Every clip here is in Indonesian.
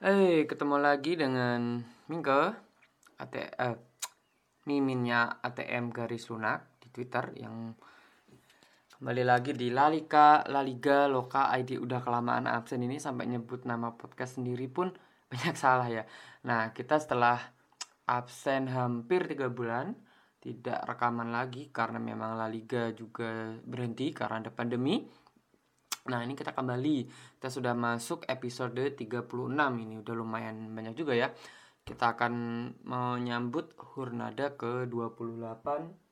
Ketemu lagi dengan Mingke, miminnya ATM garis lunak di Twitter yang kembali lagi di La Liga Loka ID. Udah kelamaan absen ini sampai nyebut nama podcast sendiri pun banyak salah ya. Nah, kita setelah absen hampir 3 bulan tidak rekaman lagi karena memang La Liga juga berhenti karena ada pandemi. Nah, ini kita kembali. Kita sudah masuk episode 36. Ini udah lumayan banyak juga ya. Kita akan menyambut Hurnada ke-28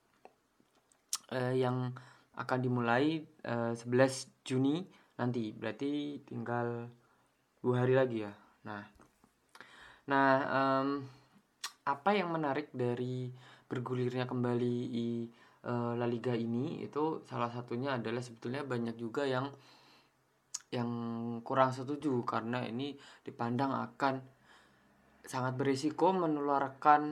yang akan dimulai 11 Juni nanti. Berarti tinggal 2 hari lagi ya. Nah, apa yang menarik dari bergulirnya kembali La Liga ini itu salah satunya adalah sebetulnya banyak juga yang kurang setuju karena ini dipandang akan sangat berisiko menularkan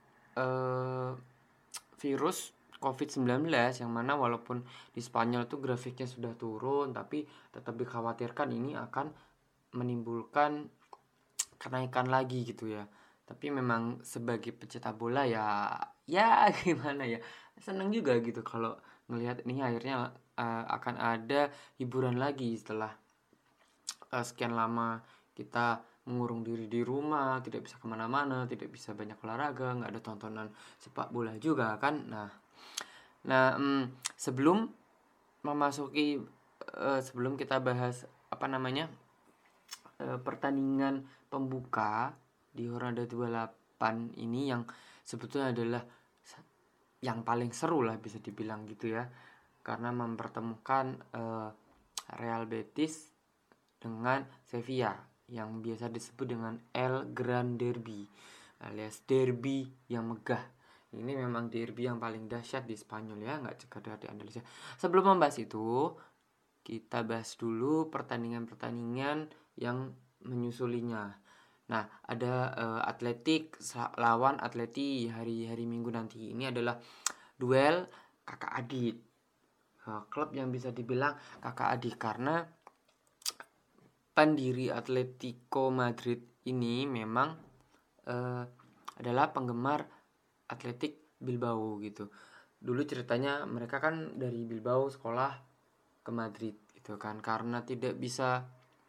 virus COVID-19 yang mana walaupun di Spanyol itu grafiknya sudah turun tapi tetap dikhawatirkan ini akan menimbulkan kenaikan lagi gitu ya. Tapi memang sebagai pecinta bola ya gimana ya, seneng juga gitu kalau ngelihat ini akhirnya akan ada hiburan lagi setelah sekian lama kita mengurung diri di rumah, tidak bisa kemana-mana, tidak bisa banyak olahraga, nggak ada tontonan sepak bola juga kan. Sebelum memasuki sebelum kita bahas pertandingan pembuka di Hornada 28 ini yang sebetulnya adalah yang paling seru lah bisa dibilang gitu ya, karena mempertemukan Real Betis dengan Sevilla yang biasa disebut dengan El Gran Derby alias derby yang megah. Ini memang derby yang paling dahsyat di Spanyol ya, nggak sekedar di Andalusia. Sebelum membahas itu, kita bahas dulu pertandingan-pertandingan yang menyusulinya. Nah, ada Atletik lawan Atleti hari Minggu nanti. Ini adalah duel kakak adik. Klub yang bisa dibilang kakak adik karena pendiri Atletico Madrid ini memang adalah penggemar Athletic Bilbao gitu. Dulu ceritanya mereka kan dari Bilbao sekolah ke Madrid gitu kan, karena tidak bisa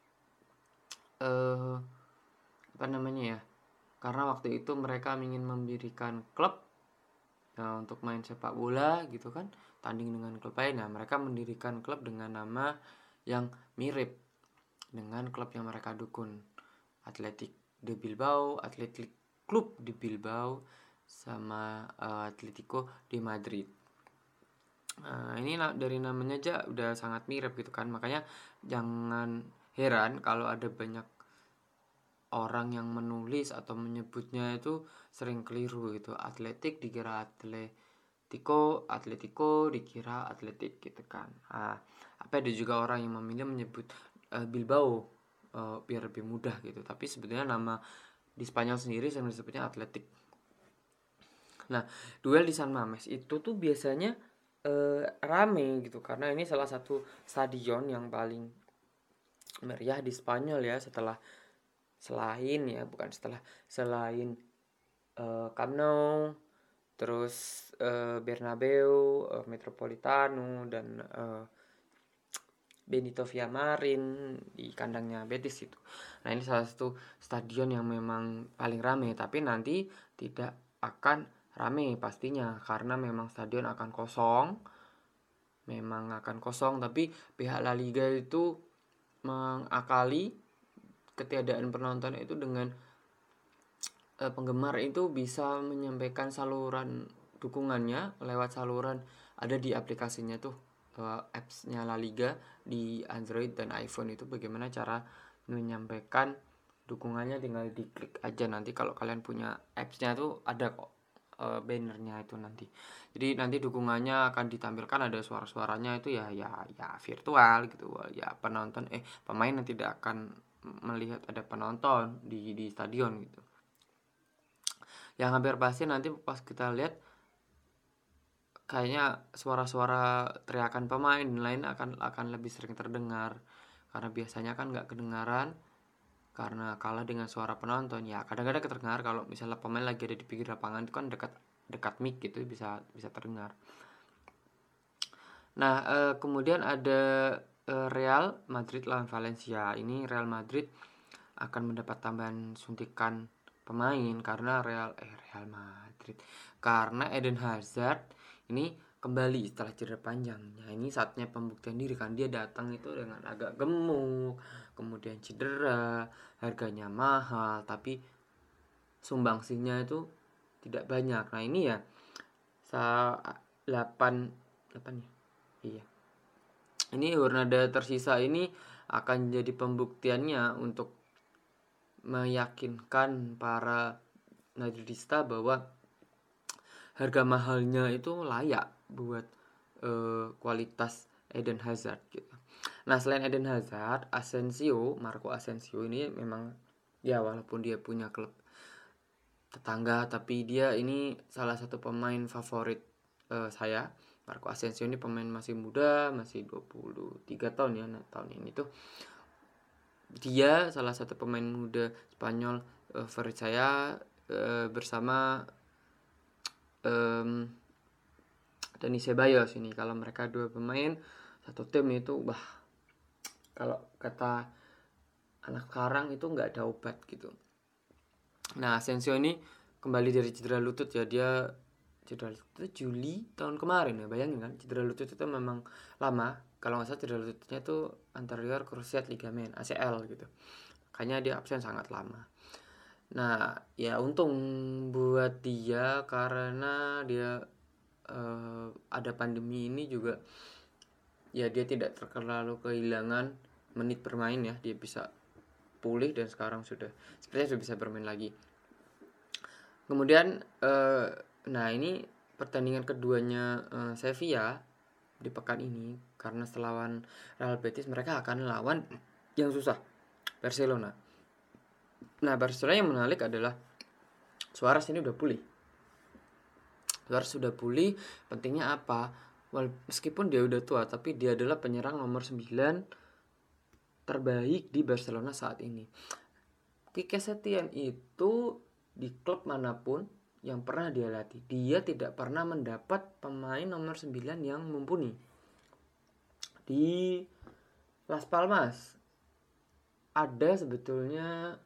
karena waktu itu mereka ingin mendirikan klub untuk main sepak bola gitu kan, tanding dengan klub lain. Nah, mereka mendirikan klub dengan nama yang mirip dengan klub yang mereka dukung, Athletic de Bilbao, Athletic Club de Bilbao, sama Atletico de Madrid. Ini dari namanya aja udah sangat mirip gitu kan, makanya jangan heran kalau ada banyak orang yang menulis atau menyebutnya itu sering keliru gitu. Atletik dikira Atletico dikira Atletik gitu kan. Ada juga orang yang memilih menyebut Bilbao biar lebih mudah gitu. Tapi sebetulnya nama di Spanyol sendiri sering disebutnya Atletik. Nah, duel di San Mames itu tuh biasanya rame gitu karena ini salah satu stadion yang paling meriah di Spanyol ya, selain Camp Nou, terus Bernabeu, Metropolitano, dan Benito Villamarin di kandangnya Betis itu. Nah, ini salah satu stadion yang memang paling rame, tapi nanti tidak akan rame pastinya karena memang stadion akan kosong. Tapi pihak La Liga itu mengakali ketiadaan penonton itu dengan penggemar itu bisa menyampaikan saluran dukungannya lewat saluran ada di aplikasinya tuh, apps-nya La Liga di Android dan iPhone. Itu bagaimana cara menyampaikan dukungannya, tinggal diklik aja. Nanti kalau kalian punya apps-nya tuh ada kok bannernya itu nanti. Jadi nanti dukungannya akan ditampilkan, ada suara-suaranya itu ya virtual gitu ya, pemain yang tidak akan melihat ada penonton di stadion gitu. Yang hampir pasti nanti pas kita lihat kayaknya suara-suara teriakan pemain lain akan lebih sering terdengar karena biasanya kan nggak kedengaran karena kalah dengan suara penonton. Ya kadang-kadang terdengar kalau misalnya pemain lagi ada di pinggir lapangan itu kan dekat mic gitu bisa terdengar. Nah, kemudian ada Real Madrid lawan Valencia. Ini Real Madrid akan mendapat tambahan suntikan pemain karena Real Madrid, karena Eden Hazard ini kembali setelah cedera panjang. Nah, ini saatnya pembuktian diri kan, dia datang itu dengan agak gemuk, kemudian cedera, harganya mahal, tapi sumbangsinya itu tidak banyak. Nah, ini ya 8 ya. Iya. Ini Hernada tersisa ini akan jadi pembuktiannya untuk meyakinkan para Madridista bahwa harga mahalnya itu layak buat kualitas Eden Hazard gitu. Nah, selain Eden Hazard, Marco Asensio ini memang ya walaupun dia punya klub tetangga, tapi dia ini salah satu pemain favorit saya. Marco Asensio ini pemain masih muda, masih 23 tahun ya. Nah, tahun ini tuh dia salah satu pemain muda Spanyol favorit saya bersama Dani Ceballos ini. Kalau mereka dua pemain satu tim itu kalau kata anak sekarang itu nggak ada obat gitu. Nah, Asensio ini kembali dari cedera lutut ya. Dia cedera lutut Juli tahun kemarin ya, bayangin kan, cedera lutut itu memang lama. Kalau nggak salah cedera lututnya itu anterior cruciate ligament ACL gitu, makanya dia absen sangat lama. Nah, ya untung buat dia karena dia ada pandemi ini juga, ya dia tidak terlalu kehilangan menit bermain ya, dia bisa pulih dan sekarang sepertinya sudah bisa bermain lagi. Kemudian nah ini pertandingan keduanya Sevilla di pekan ini, karena setelah lawan Real Betis mereka akan lawan yang susah, Barcelona. Nah, Barcelona yang menarik adalah Suarez ini udah pulih. Suarez sudah pulih, pentingnya apa? Meskipun dia udah tua, tapi dia adalah penyerang nomor 9 terbaik di Barcelona saat ini. Quique Setien itu di klub manapun yang pernah dia latih, dia tidak pernah mendapat pemain nomor 9 yang mumpuni. Di Las Palmas ada sebetulnya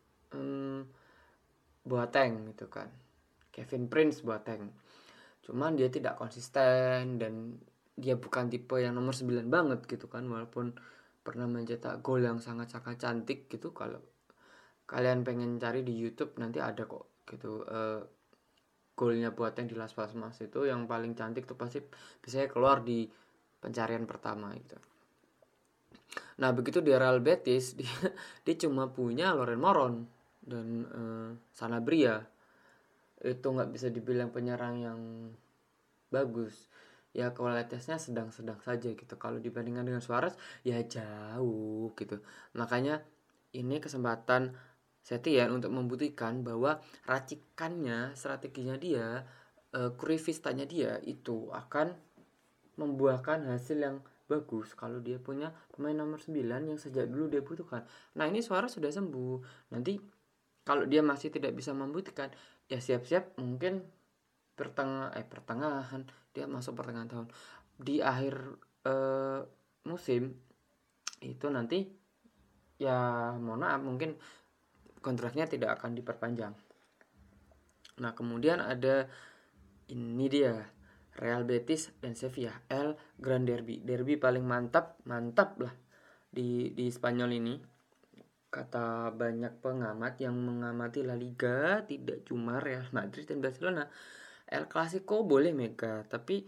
Boateng gitu kan, Kevin Prince Boateng, cuman dia tidak konsisten dan dia bukan tipe yang nomor 9 banget gitu kan, walaupun pernah mencetak gol yang sangat-sangat cantik gitu. Kalau kalian pengen cari di YouTube nanti ada kok gitu, golnya Boateng di Las Palmas itu yang paling cantik tuh pasti biasanya keluar di pencarian pertama gitu. Nah, begitu di Real Betis dia cuma punya Loren Moron dan Sanabria. Itu nggak bisa dibilang penyerang yang bagus. Ya kualitasnya sedang-sedang saja gitu. Kalau dibandingkan dengan Suarez ya jauh gitu. Makanya ini kesempatan Setien untuk membuktikan bahwa racikannya, strateginya dia, Cruyffistanya dia itu akan membuahkan hasil yang bagus kalau dia punya pemain nomor 9 yang sejak dulu dia butuhkan. Nah, ini Suarez sudah sembuh. Nanti kalau dia masih tidak bisa membuktikan, ya siap-siap mungkin pertengahan dia masuk pertengahan tahun, di akhir musim itu nanti ya mohon maaf mungkin kontraknya tidak akan diperpanjang. Nah, kemudian ada ini dia Real Betis dan Sevilla, El Gran Derby paling mantap lah di Spanyol ini. Kata banyak pengamat yang mengamati La Liga, tidak cuma Real Madrid dan Barcelona, El Clasico boleh mega, tapi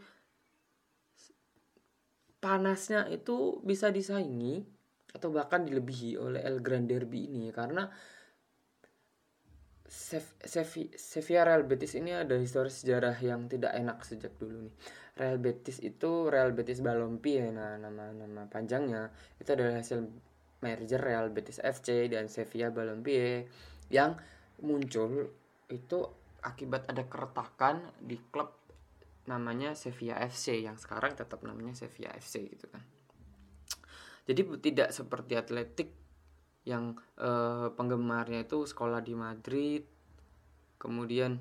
panasnya itu bisa disaingi atau bahkan dilebihi oleh El Gran Derby ini, karena Sevilla Real Betis ini ada histori sejarah yang tidak enak sejak dulu nih. Real Betis itu Real Betis Balompié, nah nama panjangnya itu adalah hasil merger Real Betis FC dan Sevilla Balompié yang muncul itu akibat ada keretakan di klub namanya Sevilla FC yang sekarang tetap namanya Sevilla FC gitu kan. Jadi tidak seperti Atletik yang penggemarnya itu sekolah di Madrid, kemudian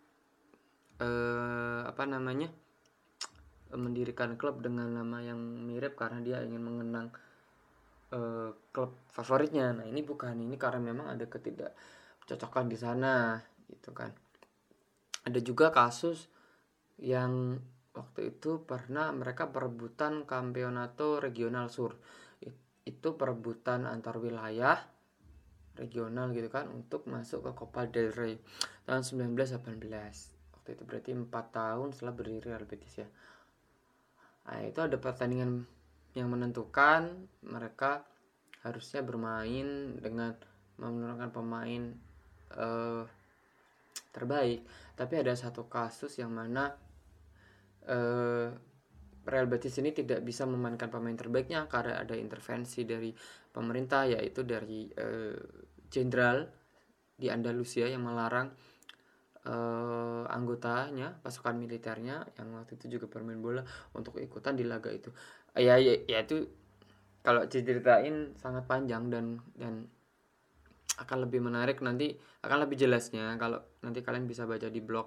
mendirikan klub dengan nama yang mirip karena dia ingin mengenang klub favoritnya. Nah ini karena memang ada ketidakcocokan di sana gitu kan. Ada juga kasus yang waktu itu pernah mereka perebutan Campeonato Regional Sur. Itu perebutan antar wilayah regional gitu kan untuk masuk ke Copa del Rey tahun 1918. Waktu itu berarti 4 tahun setelah berdiri Real Betis ya. Nah itu ada pertandingan yang menentukan, mereka harusnya bermain dengan menurunkan pemain terbaik, tapi ada satu kasus yang mana Real Betis ini tidak bisa memainkan pemain terbaiknya karena ada intervensi dari pemerintah, yaitu dari jenderal di Andalusia yang melarang anggotanya, pasukan militernya yang waktu itu juga bermain bola untuk ikutan di laga itu. Ya itu kalau diceritain sangat panjang dan akan lebih menarik, nanti akan lebih jelasnya kalau nanti kalian bisa baca di blog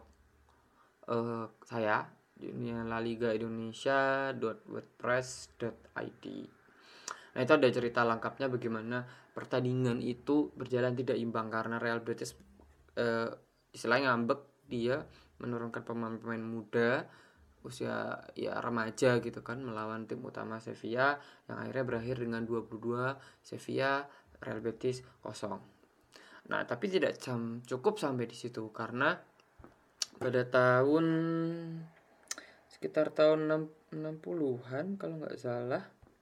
saya dunia La Liga Indonesia.wordpress.id. Nah itu ada cerita lengkapnya bagaimana pertandingan itu berjalan tidak imbang karena Real Betis istilahnya ngambek, dia menurunkan pemain-pemain muda usia ya remaja gitu kan melawan tim utama Sevilla yang akhirnya berakhir dengan 2-2 Sevilla, Real Betis 0. Nah tapi tidak cukup sampai di situ karena pada sekitar tahun 60-an kalau nggak salah,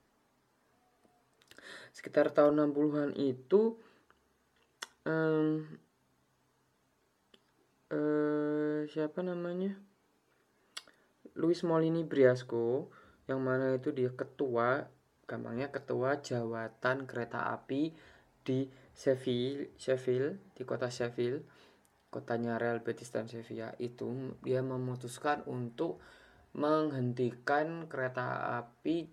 sekitar tahun 60-an itu siapa namanya, Luis Molini Briasco, yang mana itu dia ketua jawatan kereta api di Sheffield, di kota Sheffield, kotanya Real Betis dan Sevilla. Itu dia memutuskan untuk menghentikan kereta api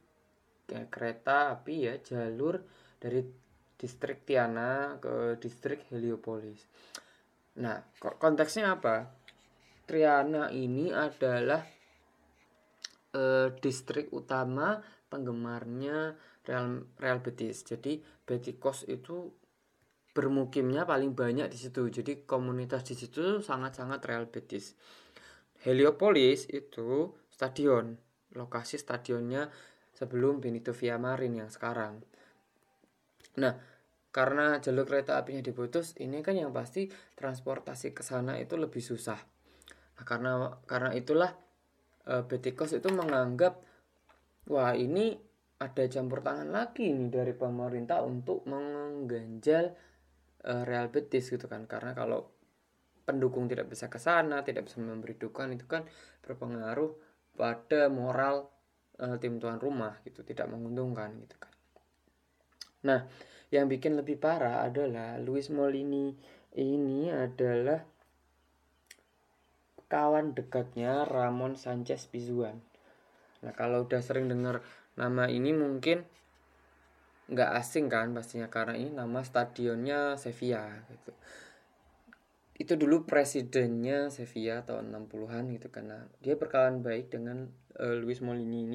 ya jalur dari distrik Triana ke distrik Heliopolis. Nah konteksnya apa? Triana ini adalah distrik utama penggemarnya Real Betis. Jadi Betikos itu bermukimnya paling banyak di situ. Jadi komunitas di situ sangat-sangat Real Betis. Heliopolis itu stadion, lokasi stadionnya sebelum Benito Villamarin yang sekarang. Nah, karena jalur kereta apinya diputus, ini kan yang pasti transportasi ke sana itu lebih susah. Nah, karena itulah Betikos itu menganggap, wah ini ada campur tangan lagi nih dari pemerintah untuk mengganjal Real Betis gitu kan. Karena kalau pendukung tidak bisa ke sana, tidak bisa memberi dukungan, itu kan berpengaruh pada moral tim tuan rumah gitu, tidak menguntungkan gitu kan. Nah, yang bikin lebih parah adalah Luis Molini ini adalah kawan dekatnya Ramon Sanchez Pizjuan. Nah kalau udah sering dengar nama ini mungkin nggak asing kan pastinya, karena ini nama stadionnya Sevilla gitu. Itu dulu presidennya Sevilla tahun 60-an gitu kan. Nah, dia berkawan baik dengan Luis Molini ini.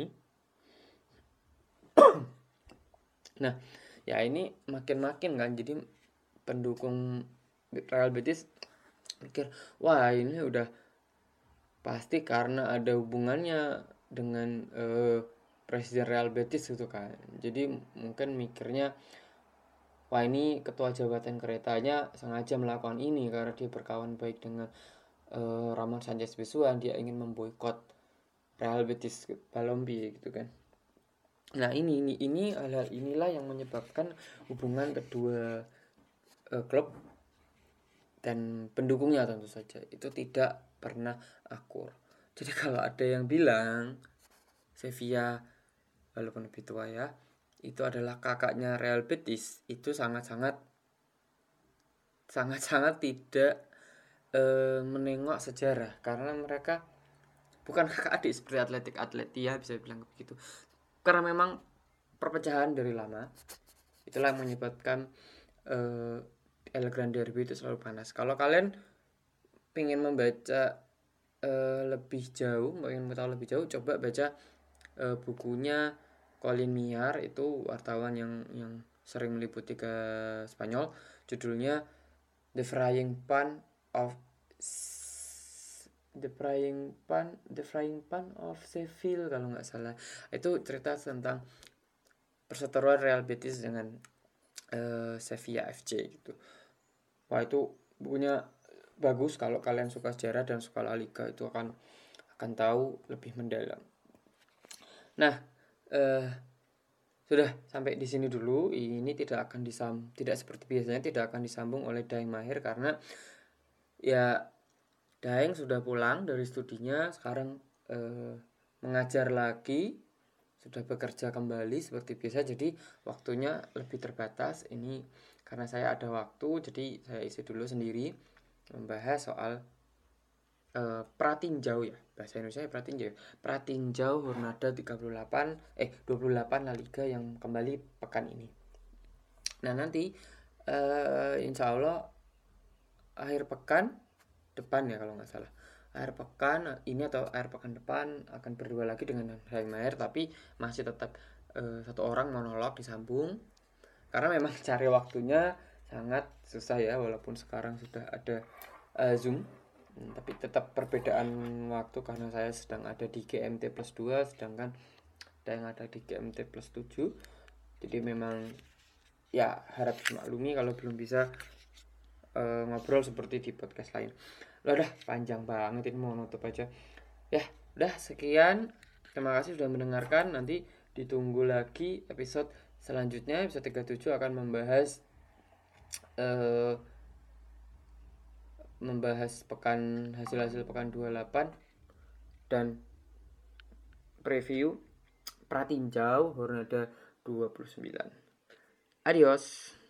Nah ya ini makin kan, jadi pendukung Real Betis pikir, wah ini udah pasti karena ada hubungannya dengan presiden Real Betis gitu kan. Jadi mungkin mikirnya, wah ini ketua jabatan keretanya sengaja melakukan ini karena dia berkawan baik dengan Ramon Sanchez Pizjuan, dia ingin memboikot Real Betis Balompié gitu kan. Nah inilah yang menyebabkan hubungan kedua klub dan pendukungnya tentu saja itu tidak pernah akur. Jadi kalau ada yang bilang Sevilla walaupun lebih tua ya itu adalah kakaknya Real Betis, itu sangat-sangat tidak menengok sejarah, karena mereka bukan kakak adik seperti Atletia bisa bilang begitu, karena memang perpecahan dari lama. Itulah yang menyebabkan Elegan Derby itu selalu panas. Kalau kalian pengen membaca lebih jauh, pengen tahu lebih jauh, coba baca bukunya Colin Miar, itu wartawan yang sering meliputi ke Spanyol. Judulnya The Frying Pan of of Seville kalau nggak salah. Itu cerita tentang perseteruan Real Betis dengan Sevilla FC gitu. Wah, itu bukunya bagus kalau kalian suka sejarah dan suka La Liga, itu akan tahu lebih mendalam. Nah, sudah sampai di sini dulu. Ini tidak seperti biasanya, tidak akan disambung oleh Daeng Mahir karena ya Daeng sudah pulang dari studinya, sekarang mengajar lagi, sudah bekerja kembali seperti biasa, jadi waktunya lebih terbatas. Ini karena saya ada waktu, jadi saya isi dulu sendiri membahas soal pratinjau ya, bahasa Indonesia pratinjau Hornada 28 La Liga yang kembali pekan ini. Nah, nanti insya Allah akhir pekan depan ya kalau nggak salah, akhir pekan ini atau akhir pekan depan akan berdua lagi dengan Daeng Mahir, tapi masih tetap satu orang monolog disambung karena memang cari waktunya sangat susah ya, walaupun sekarang sudah ada Zoom. Tapi tetap perbedaan waktu karena saya sedang ada di GMT plus 2, sedangkan Daeng ada di GMT plus 7. Jadi memang ya harap dimaklumi kalau belum bisa ngobrol seperti di podcast lain. Udah panjang banget ini, mau nutup aja. Ya, udah sekian. Terima kasih sudah mendengarkan. Nanti ditunggu lagi episode selanjutnya. Episode 37 akan membahas hasil pekan 28 dan preview pratinjau Hornada 29. Adios.